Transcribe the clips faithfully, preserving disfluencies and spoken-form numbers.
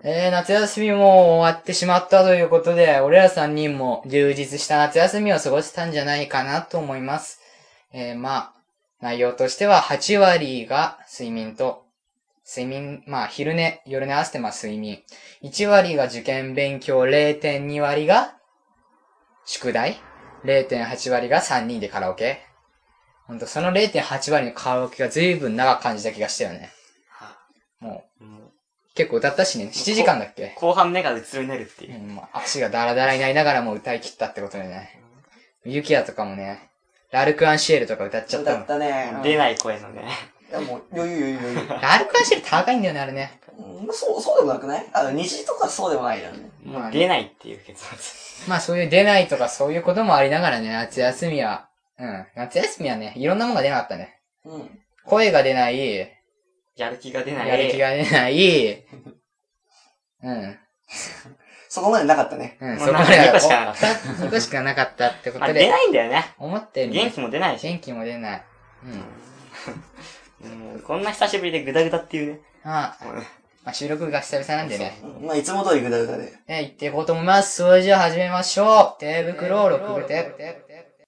えー、夏休みも終わってしまったということで、俺ら三人も充実した夏休みを過ごせたんじゃないかなと思います。えー、まあ、内容としてははち割が睡眠と、睡眠、まあ昼寝、夜寝合わせてまあ睡眠。いち割が受験勉強、れいてんに割が宿題 ?れいてんはち 割がさんにんでカラオケ。ほんとその れいてんはち 割のカラオケが随分長く感じた気がしたよね。もう、うん結構歌ったしね。しちじかんだっけ後半目がうつろになるっていう。 うん、足がダラダラになりながらも歌い切ったってことでね。ユキヤとかもね、ラルクアンシエルとか歌っちゃったの。歌ったね。 出ない声のね。 いやもう、余裕余裕余裕。 ラルクアンシエル高いんだよね、あれね。 うん、そう、そうでもなくないあの、虹とかそうでもないよね。 もう出ないっていう結末。まあそういう出ないとかそういうこともありながらね、夏休みは、うん。夏休みはね、いろんなものが出なかったね。うん。声が出ない、 やる気が出ない。 やる気が出ない、うん。 そこまでなかったね。 うん、そこまでにこしかなかった。 にこしかなかったってことで。 出ないんだよね。 思ってる、 ね。元気も出ないし。 元気も出ない。 うん。うん、こんな久しぶりでグダグダっていうね。 ああ。まあ、収録が久々なんでね。 まあ、いつも通りグダグダで。 え、行っていこうと思います。それじゃあ始めましょう。手袋をろくぶて。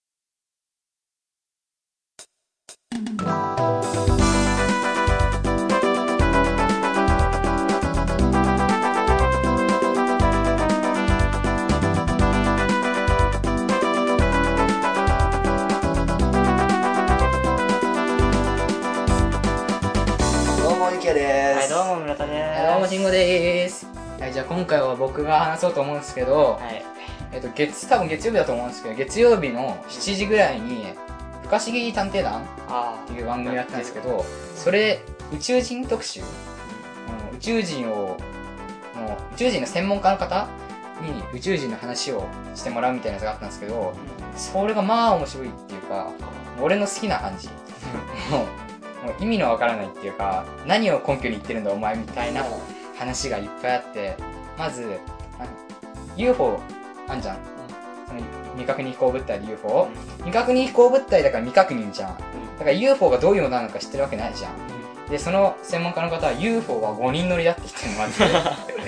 はい、どうも村田でーす。 はい、どうも慎吾でーす。はい、じゃあ今回は僕が話そうと思うんですけど、はい、えっと月多分月曜日だと思うんですけど、月曜日のしちじぐらいに不可思議探偵団っていう番組やったんですけど、それ宇宙人特集、うん、宇宙人をもう宇宙人の専門家の方に宇宙人の話をしてもらうみたいなやつがあったんですけど、それがまあ面白いっていうか、俺の好きな感じ。もうもう意味のわからないっていうか、何を根拠に言ってるんだお前みたいな話がいっぱいあって、まず、ユーフォー あんじゃん。その未確認飛行物体で ユーフォー、うん、未確認飛行物体だから未確認じゃん。だから ユーフォー がどういうものなのか知ってるわけないじゃん。うん、で、その専門家の方は ユーフォー はごにん乗りだって言ってるのもあって。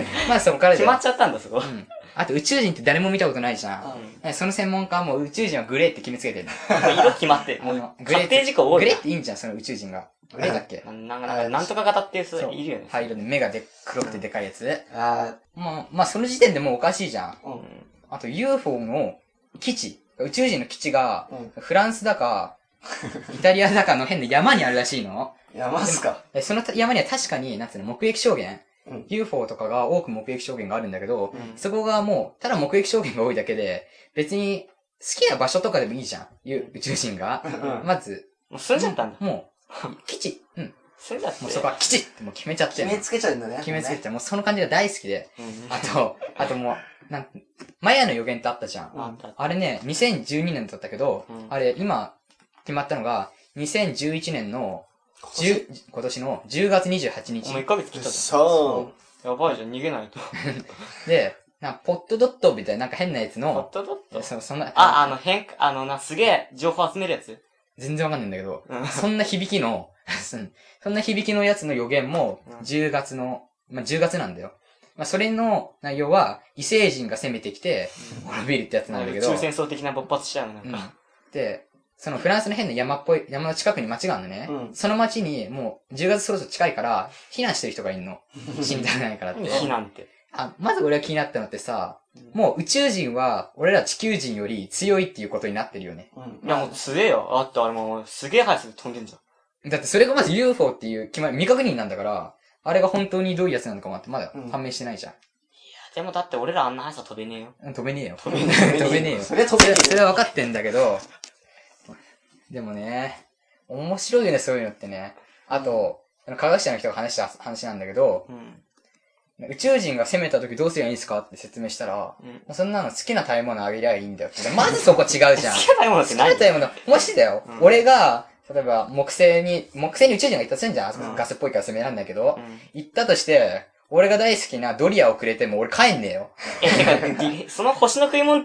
まあそこから決まっちゃったんだ、そこ。うん。 あと宇宙人って誰も見たことないじゃん。うん、その専門家はもう宇宙人はグレーって決めつけてるの。色決まってる。もうグレー。確定事項多い。 グレーっていいんじゃん、その宇宙人が。グレーだっけなんか、なんとか型っていう人いるよね。 灰色で目がで黒くてでかいやつ。あまあ、まあその時点でもうおかしいじゃん。うん、あと ユーフォー の基地、宇宙人の基地が、フランスだか、イタリアだかの変な山にあるらしいの。 山っすか。 その山には確かに、なんつうの、目撃証言。うん、ユーフォー とかが多く目撃証言があるんだけど、うん、そこがもう、ただ目撃証言が多いだけで、別に好きな場所とかでもいいじゃん。宇宙人が。うん、まず。 もう住んじゃったんだ。 もう、基地。うん。 住んじゃって。 もうそこは基地ってもう決めちゃって。 決めつけちゃうんだね。 決めつけちゃう。もうその感じが大好きで。うん、あと、あともう、なんマヤの予言ってあったじゃん。うん、あれね、にせんじゅうにねんだったけど、うん、あれ今決まったのが、にせんじゅういちねんの10今年のじゅうがつにじゅうはちにち。 もういっかげつ切ったじゃん。 そう。 やばいじゃん、逃げないと。 で、なポットドットみたいななんか変なやつの。 ポットドットそそんな。 あ、あの変、あのな、すげえ情報集めるやつ全然わかんないんだけど、うん、そんな響きの、そんな響きのやつの予言もじゅうがつの、まあ、じゅうがつなんだよ。まあ、それの内容は、異星人が攻めてきて、滅びるってやつなんだけど。 宇宙戦争的な勃発しちゃうの、なんか、うん。 で、そのフランスの変な山っぽい、山の近くに町があるのね。うん、その町にもうじゅうがつそろそろ近いから、避難してる人がいるの。死にたくないからって。 避難って。 あ、まず俺が気になったのってさ、もう宇宙人は、俺ら地球人より強いっていうことになってるよね。 うん、いやもう強えよ。あってあれもう、すげえ速さで飛んでんじゃん。だってそれがまず ユーフォー っていう決まり、未確認なんだから、あれが本当にどういうやつなのかもあってまだ判明してないじゃん。うん、いや、でもだって俺らあんな速さ飛べねえよ。 うん、飛べねえよ。飛べねえよ。飛べねえよ。 それは飛べねえよ。 それは分かってんだけど、でもね、面白いよね、そういうのってね。あと、うん、科学者の人が話した話なんだけど、うん、宇宙人が攻めた時どうすればいいんですかって説明したら、うん、そんなの好きな食べ物あげりゃいいんだよって。まずそこ違うじゃん。好きな食べ物って何？ 好きな食べ物。もしだよ、うん、俺が、例えば木星に、木星に宇宙人が行ったとするんじゃん、うん、ガスっぽいから攻めらんないけど、うん、行ったとして、俺が大好きなドリアをくれても俺帰んねえよ。 え、てか、その星の食い物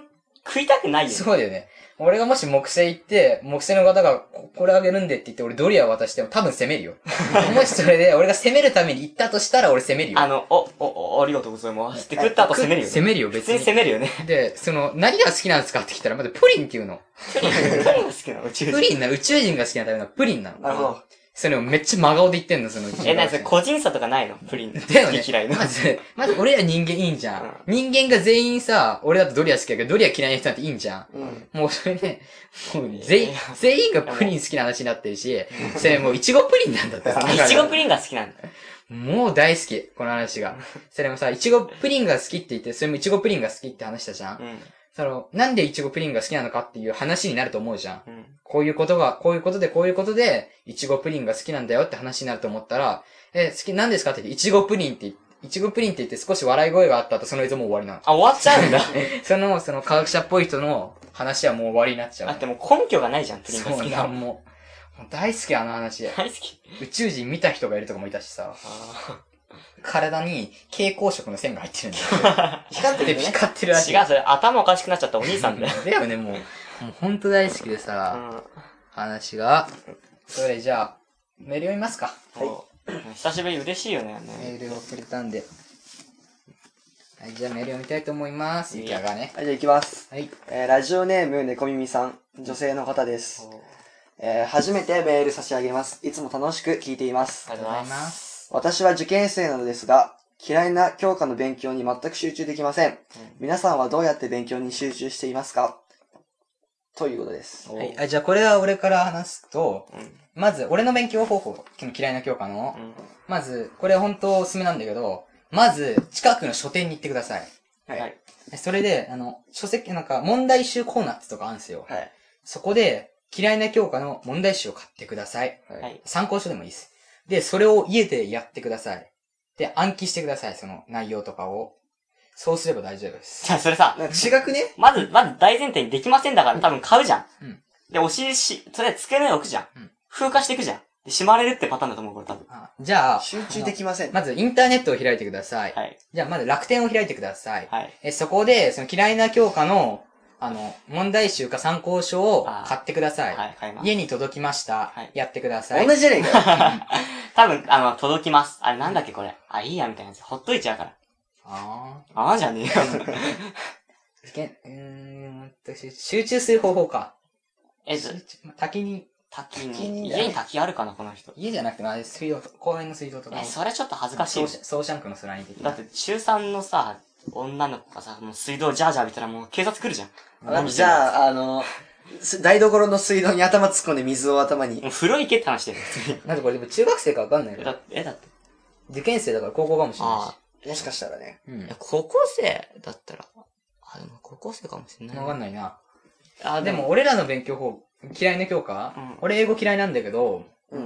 食いたくないよね。 そうだよね。俺がもし木星行って、木星の方がここれあげるんでって言って俺ドリア渡しても多分攻めるよ。もしそれで俺が攻めるために行ったとしたら俺攻めるよ。 あの、お、お、お、ありがとうございます。って食った後攻めるよね。 攻めるよ、別に。 普通に攻めるよね。 で、その、何が好きなんですかって聞いたら、まずプリンっていうの。 プリン、プリンが好きなの宇宙人。 プリンな、宇宙人が好きな食べ物はプリンなの。 なるほど。 それをめっちゃ真顔で言ってんの、そのうち。 え、なにそれ個人差とかないのプリン。 だよね。 好き嫌いの。 まず、まず俺ら人間いいんじゃん。人間が全員さ、俺だとドリア好きだけど、ドリア嫌いな人なんていいんじゃん。 うん。 もうそれね、もう全員、全員がプリン好きな話になってるし、それもうイチゴプリンなんだってさ。 いちごプリンが好きなんだ。 もう大好き、この話が。それもさ、イチゴプリンが好きって言って、それもイチゴプリンが好きって話したじゃん。 うん。 その、なんでイチゴプリンが好きなのかっていう話になると思うじゃん。 うん。 こういうことが、こういうことで、こういうことで、イチゴプリンが好きなんだよって話になると思ったら、え、好き、何ですかって言って、イチゴプリンって言って、イチゴプリンって言って少し笑い声があった後、その映像もう終わりなの。 あ、終わっちゃうんだ。 その、その科学者っぽい人の話はもう終わりになっちゃう。 だってもう根拠がないじゃん、プリンが好きなの。 そうなんもう、もう大好きあの話。 大好き。 宇宙人見た人がいるとかもいたしさ、 あ体に蛍光色の線が入ってるんだよ。 光ってるよね。 光ってるらしい。 違う、それ頭おかしくなっちゃったお兄さんだよ。 だよね、もう。もうほんと大好きでうさ、 ん。 話が。それじゃあ、メール読みますか。 はい。久しぶり嬉しいよね。 メールをくれたんで。はい、じゃあメール読みたいと思います。ゆきやがね。 はい、じゃあ行きます。 はい。 えー、ラジオネーム、猫耳さん。女性の方です。えー、初めてメール差し上げます。いつも楽しく聞いていますあ。りがとうございます。 私は受験生なのですが、嫌いな教科の勉強に全く集中できません。うん、皆さんはどうやって勉強に集中していますかということです。 はい。あ、じゃあこれは俺から話すと、うん、まず、俺の勉強方法、嫌いな教科の、うん、まず、これ本当おすすめなんだけど、まず、近くの書店に行ってください。 はい。 それで、あの、書籍、なんか、問題集コーナーとかあるんですよ。はい。そこで、嫌いな教科の問題集を買ってください。はい。参考書でもいいです。で、それを家でやってください。で、暗記してください、その内容とかを。そうすれば大丈夫です。 じゃあ、それさ、 違くねまず、まず大前提にできませんだから多分買うじゃん。うん。で、押しし、それ机の上に置くじゃん。うん。風化していくじゃん。で、しまれるってパターンだと思う、これ多分。 あ、じゃあ、 集中できません。 まずインターネットを開いてください。はい。じゃあ、まず楽天を開いてください。はい。え、そこで、その嫌いな教科の、あの、問題集か参考書を買ってください。はい、買います。家に届きました。はい。やってください。 同じじゃねえかよ。 多分、あの、届きます。あれなんだっけこれ。あ、いいや、みたいなやつ。ほっといちゃうから。あー。あーじゃねえよ。 うーんと、集中する方法か。えっと、滝に、 滝に、家に滝あるかな、この人。 家じゃなくて、あれ、水道、公園の水道とか。 え、それちょっと恥ずかしい。 ソーシャンクの空に的な。だって、中さんのさ、女の子がさ、もう水道ジャージャー見たらもう警察来るじゃん。 じゃあ、あの、台所の水道に頭突っ込んで水を頭に。 もう風呂行けって話してる。 なんでこれでも中学生かわかんないよ。 だえ、だって。 受験生だから高校かもしれないし。もしかしたらね。 うん。高校生だったら、あ、でも高校生かもしれない。 わかんないな。あ、でも俺らの勉強法、嫌いな教科、うん、俺英語嫌いなんだけど、うん。うん。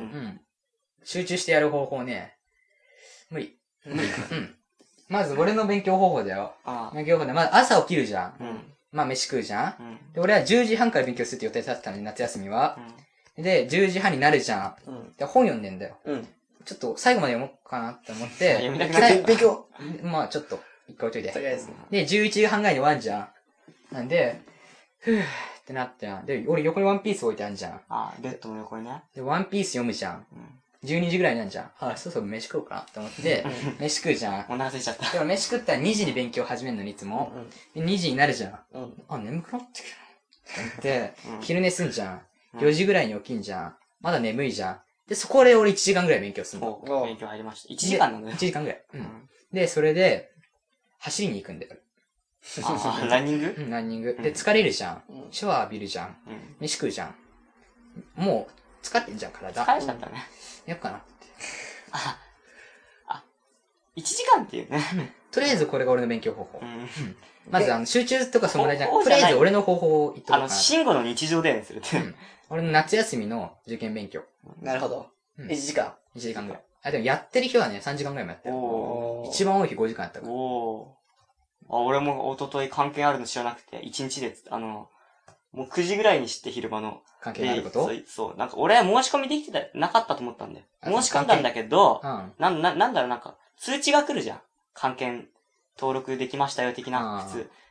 集中してやる方法ね。無理。無理。うん。まず俺の勉強方法だよ。ああ勉強方法で、まず朝起きるじゃん。うん。まあ飯食うじゃん。うん。で、俺はじゅうじはんから勉強するって予定立ってたのに、夏休みは。うん。で、じゅうじはんになるじゃん。うん。で、本読んでんだよ。うん。ちょっと最後まで読もうかなって思って。 読みたくない。 勉強。まあちょっと、一回置いといて。 とりあえず。 で、じゅういちじはんぐらいに終わんじゃん。なんで、ふぅってなってん。で、俺横にワンピース置いてあるじゃん。 ああ、ベッドの横にね。 で、ワンピース読むじゃん。うん。じゅうにじぐらいになるじゃん。はい、そろそろ飯食おうかなって思って、飯食うじゃん。 お腹空いちゃった。 でも飯食ったらにじに勉強始めるのにいつも。でにじになるじゃん。うん、あ、眠くなってくる。で、うん、昼寝すんじゃん。よじぐらいに起きんじゃん。まだ眠いじゃん。で、そこで俺いちじかんぐらい勉強するの。 勉強入りました。いちじかんなのね。 いちじかんぐらい。うん。で、それで、走りに行くんだよ。 ああ、ランニングうん、ランニング。で、疲れるじゃん。シャワー浴びるじゃん。飯食うじゃん。もう、疲れてんじゃん、体。 疲れちゃったね。 やっかなって。 あ、あ、いちじかんっていうね。 うん。とりあえずこれが俺の勉強方法。うん。まず、あの、集中とかそのぐらいじゃなくて、とりあえず俺の方法を言っとこうかな。 あの、慎吾の日常だよね、それって。うん。 俺の夏休みの受験勉強。 なるほど。いちじかん。いちじかんぐらい。あ、でもやってる日はね、さんじかんぐらいもやってる。おー。一番多い日ごじかんやったから。 おー。あ、俺も一昨日関係あるの知らなくて、いちにちで、あの、もうくじぐらいに知って昼間の。 関係あること？ そう、そう。なんか俺は申し込みできてた、なかったと思ったんだよ。申し込んだんだけど、うん、な、な、なんだろう、なんか、通知が来るじゃん。関係登録できましたよ、的な、普通。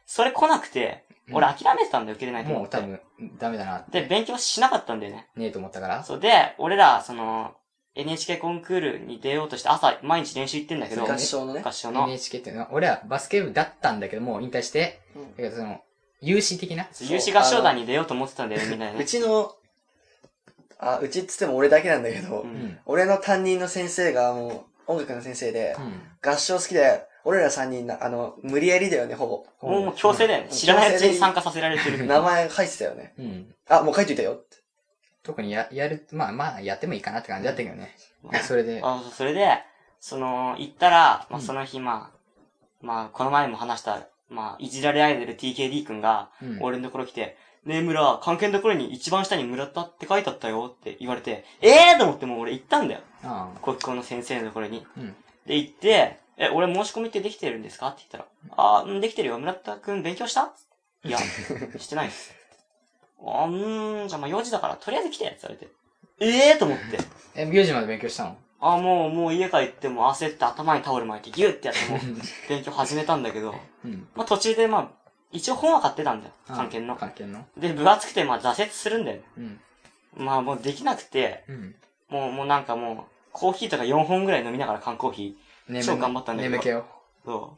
それ来なくて、俺諦めてたんだよ、受けれないと思って。 もう多分、ダメだなって。 で、勉強しなかったんだよね。 ねえと思ったから。 そうで、俺ら、その、エヌエイチケー コンクールに出ようとして朝毎日練習行ってんだけど。 合唱のね。 合唱の。 エヌエイチケー っていうのは、俺はバスケ部だったんだけども、引退して、うん、だけどその、有志的な有志合唱団に出ようと思ってたんだよね、みんなね。 うちの、あ、うちっつっても俺だけなんだけど、うん、俺の担任の先生がもう、音楽の先生で、うん、合唱好きで、俺ら三人な、あの、無理やりだよね、ほぼ。 もう、もう強制だよね。知らないうちに参加させられてる。 名前書いてたよね。うん。あ、もう書いといたよって。 特にや、やる、まあまあ、やってもいいかなって感じだったけどね。それで。 あ、それで、その、行ったら、まあその日、まあ、まあ、この前も話した、まあ、いじられアイドル ティーケーディー 君が、俺のところ来て、ねえ村、関係のところに一番下に村田って書いてあったよって言われて、ええーと思ってもう俺行ったんだよ。国語の先生のところに。うん、で、行って、え、俺申し込みってできてるんですかって言ったら、あー、できてるよ。村田くん勉強した？いや、してないです。あーん、じゃあまあよじだから、とりあえず来てって言われて。ええーと思って。 え、よじまで勉強したの？ あー、もう、もう家帰っても焦って頭にタオル巻いてギュッてやってもう、勉強始めたんだけど、うん、まあ途中でまあ、一応本は買ってたんだよ。関係の。 関係の。 で、分厚くてまあ挫折するんだよね。うん、まあもうできなくて、うん、もう、もうなんかもう、コーヒーとかよんほんぐらい飲みながら缶コーヒー、超頑張ったんだけど。 眠気を。 そう。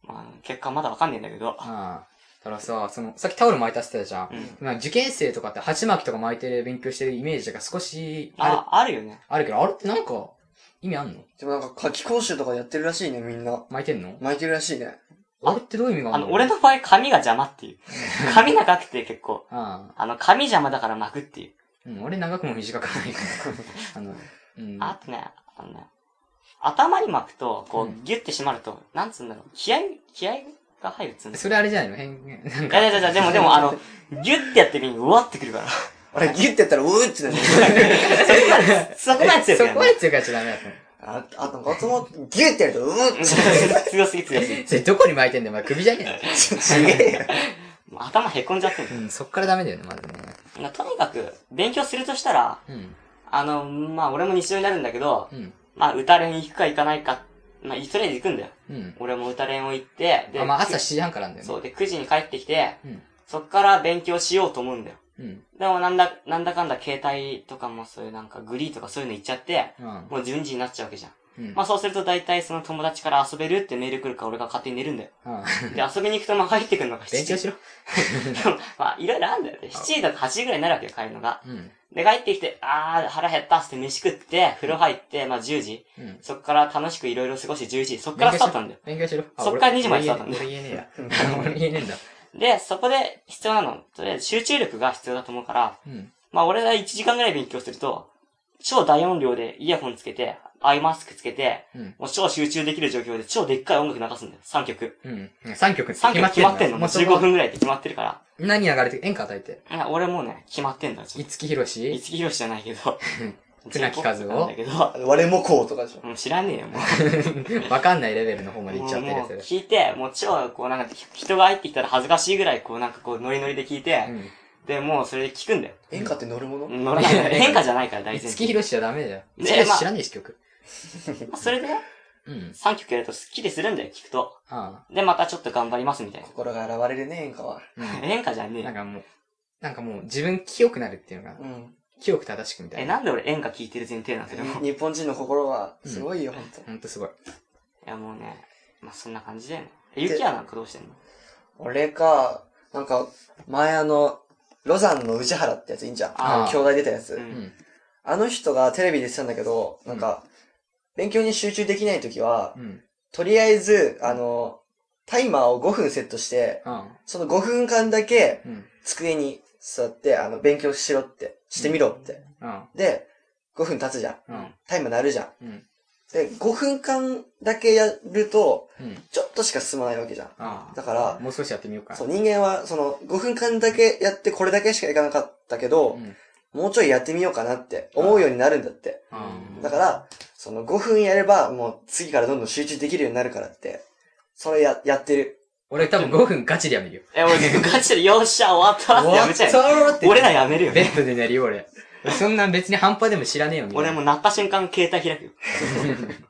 まあ、結果まだわかんねえんだけど。 ああ。たださ、その、さっきタオル巻いたって言ってたじゃん。うん、まあ受験生とかって鉢巻きとか巻いて勉強してるイメージが少しある。あ、あるよね。 あるけど、あれってなんか、意味あんの？ でもなんか夏期講習とかやってるらしいね、みんな。 巻いてんの？ 巻いてるらしいね。 あれってどういう意味があるの？ あの、俺の場合髪が邪魔っていう。髪長くて結構。ああの、髪邪魔だから巻くっていう。 うん、俺長くも短くもないから。あの、 うん。あとね、あのね、頭に巻くと、こう、うん、ギュッて締まると、なんつうんだろう、気合、気合が入るっつうんだ。 それあれじゃないの変、 なんか。いやいやいや、でもでもあの、ギュッてやってみにうわってくるから。 あれ、ギュッてやったらうーってなる。 そこまで強くやる。 そこまで強くやっちゃダメだと思う。 あ、あと、コツも、ギュッてやると、うーって。 強すぎ強すぎ。 それどこに巻いてんだよ、お前首じゃねえよ。 ちげえよ。 頭へこんじゃってんの。うん、そっからダメだよね、まずね。 とにかく、勉強するとしたら、うん、あの、まあ、俺も日常になるんだけど、うん、まあ、歌練行くか行かないか、まあ、とりあえず行くんだよ。うん、俺も歌練を行って、 で、あ、まあ、朝しちじはんからなんだよね。 そう、で、くじに帰ってきて、うん、そっから勉強しようと思うんだよ。うん、でもなんだ、なんだかんだ携帯とかもそういうなんかグリーとかそういうの行っちゃって、うん、もうじゅうにじになっちゃうわけじゃん。うん、まあそうすると大体その友達から遊べるってメール来るから俺が勝手に寝るんだよ。うん、で、遊びに行くとまあ入ってくるのがしちじ。 勉強しろ。 でも、まあいろいろあるんだよね。しちじとかはちじぐらいになるわけよ、帰るのが。うん、で、帰ってきて、あー、腹減ったっつって飯食って、風呂入って、まあじゅうじ。うん、そっから楽しくいろいろ過ごしてじゅういちじ。そっからスタートなんだよ。 勉強しろ。 そっからにじまでスタートなんだよ。 俺言えねえや。俺言えねえんだ。 で、そこで必要なの、とりあえず集中力が必要だと思うから、うん、まあ俺がいちじかんぐらい勉強すると、超大音量でイヤホンつけて、アイマスクつけて、うん、もう超集中できる状況で超でっかい音楽流すんだよ。さんきょく。 うん。さんきょくって決まってんの。さんきょく決まってんの。もうじゅうごふんぐらいって決まってるから。 何流れて演歌与えて。 いや、俺もうね、決まってんだよ。 五木ひろし五木ひろしじゃないけど。 船木和夫だけど。 我もこうとかでしょ。 もう知らねえよ、もう。わかんないレベルの方まで行っちゃってるやつ。 聞いて、もう超、こうなんか、人が入ってきたら恥ずかしいぐらい、こうなんかこうノリノリで聞いて、うん、で、もうそれで聞くんだよ。 演歌って乗るもの？ 乗らない。演歌じゃないから大前提。 五木ひろしじゃダメだよ。五木ひろし知らねえし、曲。 それで、うん、さんきょくやるとスッキリするんだよ、聞くと。ああで、またちょっと頑張りますみたいな。 心が現れるね、演歌は。 うん、演歌じゃねえ。 なんかもう、なんかもう自分清くなるっていうのが、うん、清く正しくみたいな。 え、なんで俺演歌聞いてる前提なんですけど。 日本人の心は、すごいよ、うん、ほんと。 ほんとすごい。 いやもうね、まあ、そんな感じだよね。ゆきやなんかどうしてんの？ 俺か、なんか、前あの、ロザンの宇治原ってやついいんじゃん。あの、兄弟出たやつ。うん、あの人がテレビで言ってたんだけど、なんか、うん勉強に集中できないときは、うん、とりあえず、あの、タイマーをごふんセットして、うん、そのごふんかんだけ、机に座って、あの、勉強しろって、してみろって。うん、で、ごふん経つじゃん。うん、タイマー鳴るじゃん。うん、で、ごふんかんだけやると、うん、ちょっとしか進まないわけじゃん。だから、 もう少しやってみようか。 そう、人間は、その、ごふんかんだけやってこれだけしかいかなかったけど、うんもうちょいやってみようかなって思うようになるんだって。だから、そのごふんやればもう次からどんどん集中できるようになるからって、それや、やってる。 俺多分ごふんガチでやめるよ。 え、俺ガチでよっしゃ終わったってやめちゃう。終わった俺らやめるよ。 ベッドで寝るよ俺。そんなん別に半端でも知らねえよ。 俺も鳴った瞬間携帯開くよ。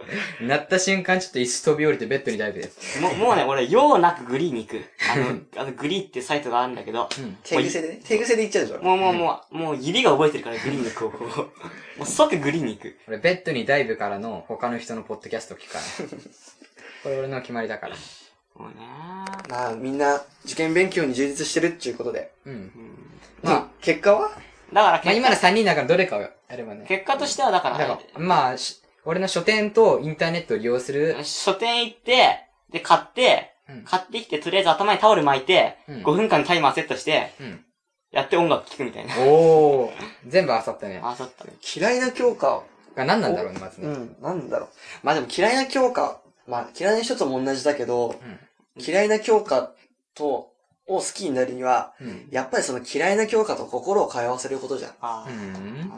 なった瞬間ちょっと椅子飛び降りてベッドにダイブです。 もう、もうね、俺、用なくグリーに行く。あの、あの、グリーってサイトがあるんだけど。 うん。手癖でね。手癖で行っちゃうでしょ。 もうもうもう、もう指が覚えてるからグリーに行こう。もう即グリーに行く。 俺、ベッドにダイブからの他の人のポッドキャスト聞くから。これ俺の決まりだから。 もうねー。まあ、みんな、受験勉強に充実してるっていうことで。 うん。うん、 まあ、結果はだからまあ今のさんにんだからどれかをやればね。 結果としてはだから、 だから、まあ、俺の書店とインターネットを利用する。 書店行って、で、買って、うん、買ってきて、とりあえず頭にタオル巻いて、うん、ごふんかんタイマーセットして、うん、やって音楽聴くみたいな。 おー。全部あさったね。 あさったね。 嫌いな教科が何なんだろうね、まずね。 うん、なんだろう。まあでも嫌いな教科、まあ嫌いな人とも同じだけど、うん、嫌いな教科と、を好きになるには、うん、やっぱりその嫌いな教科と心を通わせることじゃん。ああ、うん、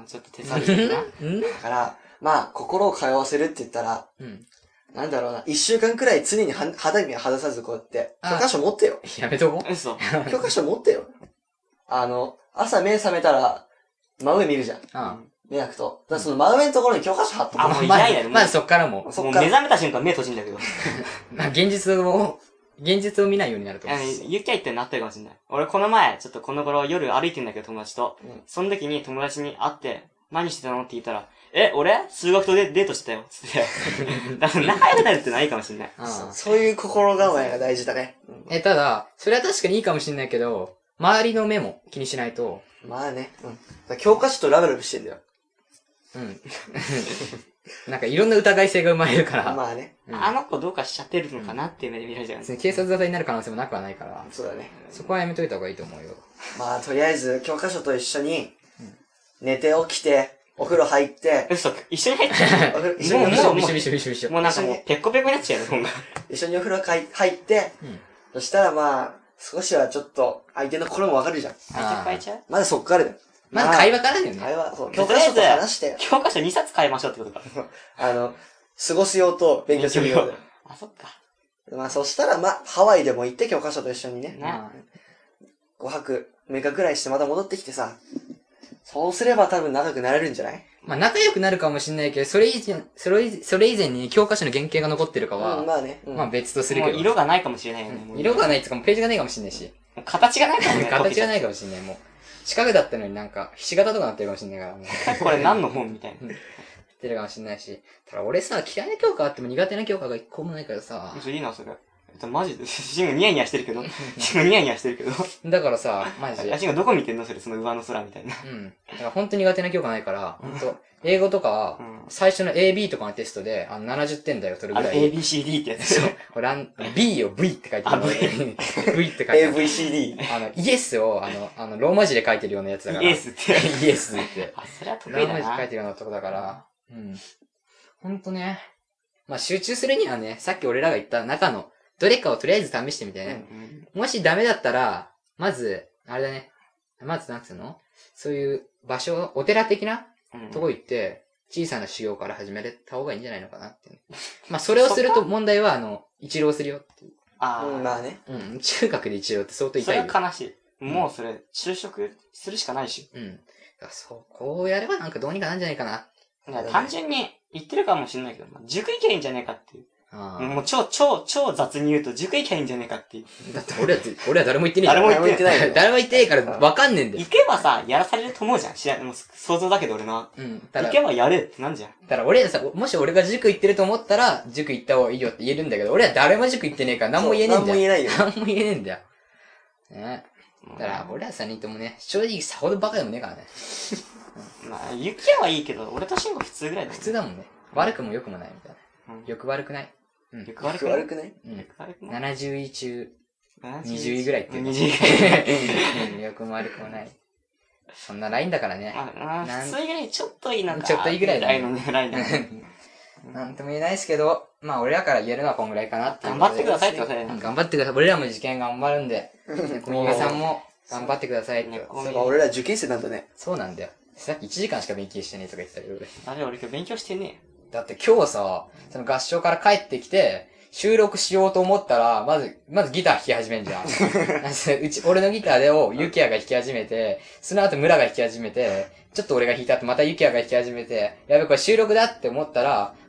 ちょっと手探り的な。 だから、まあ、心を通わせるって言ったら、うん、なんだろうな、一週間くらい常に肌身を離さずこうやって、教科書持ってよ。 やめとこう。 嘘。 教科書持ってよ。あの、朝目覚めたら、真上見るじゃん。ああ目開くと。だからその真上のところに教科書貼っとく。 あ、もう嫌いだよ。 まずそっからもう。 そっから。もう目覚めた瞬間目閉じんだけど。 まあ、現実を、現実を見ないようになると思う。 ゆきゃいってなってるかもしれない。俺この前、ちょっとこの頃夜歩いてんだけど友達と。うん、その時に友達に会って、何してたのって言ったら、え、俺数学とデートしてたよ。つって。だから仲良くなるってないかもしれない。 そ, そういう心構えが大事だね。 うん、え、ただ、それは確かにいいかもしれないけど、周りの目も気にしないと。 まあね。うん。だ教科書とラブラブしてんだよ。 うん。なんかいろんな疑い性が生まれるから。 まあね、 うん。あの子どうかしちゃってるのかなっていう目で見られちゃうんですね。警察沙汰になる可能性もなくはないから。 そうだね。 そこはやめといた方がいいと思うよ。 まあとりあえず教科書と一緒に、寝て起きて、お風呂入って。 嘘、一緒に入っちゃう。 一緒に、もう、もう、一緒一緒一緒一緒。 もうなんかもう、ペッコペコになっちゃうよ、本が。 一緒にお風呂入って、うん、そしたらまあ、少しはちょっと、相手の心もわかるじゃん。 相手変えちゃうまだそっからだよ。 まだ会話からだよね。 会話、そう。教科書と話して。 教科書にさつ変えましょうってことか。 あの、過ごす用と勉強する用で。 あ、そっか。 まあそしたらまあ、ハワイでも行って教科書と一緒にね。ね。ごはく、むいかくらいしてまた戻ってきてさ、そうすれば多分仲良くなれるんじゃない？ まあ仲良くなるかもしれないけど、それ以前、それ、それ以前に教科書の原型が残ってるかは、 うん、まあね。 うん、まあ別とするけど。 色がないかもしれないよね。 うん、色がないっていうかもうページがないかもしれないし。 形がないかもしれない。 形がないかもしれない、もう。四角だったのになんか、ひし形とかなってるかもしれないから、もう。これ何の本みたいな。 ってるかもしれないし。ただ俺さ、嫌いな教科あっても苦手な教科が一個もないからさ。 いいな、それ。マジで、シンがニヤニヤしてるけど。シンがニヤニヤしてるけど。 だからさ、マジで。 シンがどこ見てんのそれ、その上の空みたいな。 うん。だから本当に苦手な教科ないから、本当英語とかは、最初の エービー とかのテストで、あの、ななじゅってんだよ、それぐらい。 エービーシーディー ってやつ。 そう。これ、B を V って書いてる。V って書いてる。 エーブイシーディー。 あの、イエスを、あの、あの、ローマ字で書いてるようなやつだから。 イエスって。 イエスって。 あ、それは得意だな。 ローマ字で書いてるようなとこだから。うん。ほんとね。まあ、集中するにはね、さっき俺らが言った中の、どれかをとりあえず試してみてね。うんうん、もしダメだったら、まず、あれだね。まず、なんつうのそういう場所、お寺的なとこ行って、小さな修行から始めた方がいいんじゃないのかなって。まあ、それをすると問題は、あの、一浪するよっていう。 ああ、うん、まあね。 うん、中学で一浪って相当痛いよ。 それは悲しい。もうそれ、就職するしかないし。 うん。だからそう、こうやればなんかどうにかなんじゃないかな。 いや、単純に言ってるかもしれないけど、塾行けばいいんじゃねえかっていう。あもう超、超、超雑に言うと、塾行けばいいんじゃねえかっていう。 だって俺は、俺は誰も言ってねえじゃん。 誰も言ってない。 誰も言ってねえからわかんねえんだよ。 行けばさ、やらされると思うじゃん。知らもう想像だけど俺のは。うん。行けばやれってなんじゃん。 だから俺さ、もし俺が塾行ってると思ったら、塾行った方がいいよって言えるんだけど、俺は誰も塾行ってねえから何も言えねえんだよ。 何も言えないよ。 何も言えねえんだよ。ね。だから俺らさんにんともね、正直さほどバカでもねえからね。 まあ、行けばいいけど、俺と慎吾普通ぐらいだ普通だもんね。悪くも良くもないみたいな。よく悪くない。 うん。よく悪くない悪くないうん。ななじゅうい中、にじゅういぐらいっていう。 にじゅういぐらい。 うん。よくも悪くもない。そんなラインだからね。 あ、あ、普通ぐらいちょっといいのか。 ちょっといいぐらいだね。ラインのね、ラインだね。 なんとも言えないですけど、まあ俺らから言えるのはこんぐらいかなっていう。 頑張ってくださいってことで。 頑張ってください。俺らも受験頑張るんで、小宮さんも頑張ってくださいって。 そうか、俺ら受験生なんだね。 そうなんだよ。さっきいちじかんしか勉強してねえとか言ってたけど俺。 あれ、俺今日勉強してねえ。 だって今日さ、その合唱から帰ってきて、収録しようと思ったら、まず、まずギター弾き始めんじゃん。うち、俺のギターでをユキヤが弾き始めて、その後村が弾き始めて、ちょっと俺が弾いた後またユキヤが弾き始めて、やべこれ収録だって思ったら、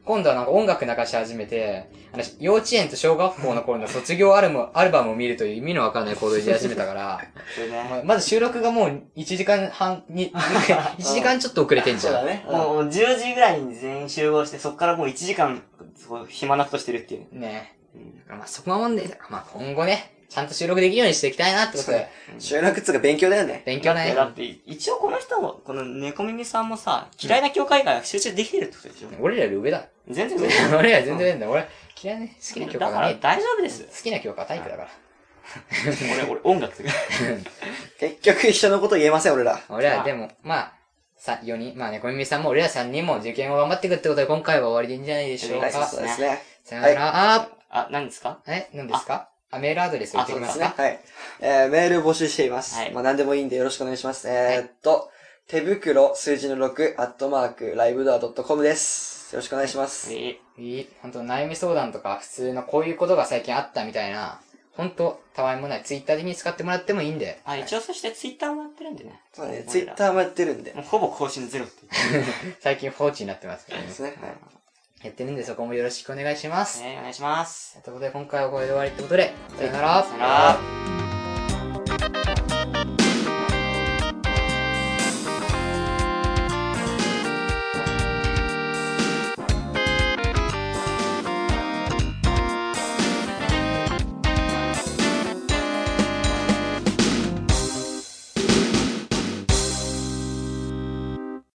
今度はなんか音楽流し始めて、あの、幼稚園と小学校の頃の卒業アルバム、アルバムを見るという意味のわからない行動をし始めたから、ね、まず収録がもういちじかんはんに、いちじかんちょっと遅れてんじゃん。 そうだね。もうじゅうじぐらいに全員集合して、そっからもういちじかん、暇なことしてるっていう。 ねえ。まあそこはもんで、まあ今後ね、ちゃんと収録できるようにしていきたいなってことで。 収録っつうか勉強だよね。 勉強だね。 だって、一応この人も、この猫耳さんもさ、嫌いな教会が集中できてるってことでしょ、 俺らより上だ。 全然上だ。俺ら全然上だ。俺、嫌いな、好きな教科がね。 だから大丈夫です。 好きな教科は体育だから。 俺、俺、音楽とか。 結局一緒のこと言えません、俺ら。 俺ら、でも、まあ、さ、よにん、まあ猫耳さんも俺らさんにんも受験を頑張っていくってことで今回は終わりでいいんじゃないでしょうか。 そうですね。 さよなら。あ、 あ、何ですか？ え、何ですか？あ、メールアドレスを言ってきますか？ はい。えー、メール募集しています。はい。まあ何でもいいんでよろしくお願いします。えーっと、手袋数字のろく、アットマーク、ライブドアドットコムです。よろしくお願いします。 いい。いい。本当悩み相談とか、普通のこういうことが最近あったみたいな、本当たわいもない。ツイッター的に使ってもらってもいいんで。 あ、一応そしてツイッターもやってるんでね。 そうね、ツイッターもやってるんで。 もうほぼ更新ゼロって言って。 最近放置になってますけどね。 ですね。はい。 やってるんでそこもよろしくお願いします。 えー、お願いします。 ということで今回はこれで終わりってことで、さよなら。 さよなら。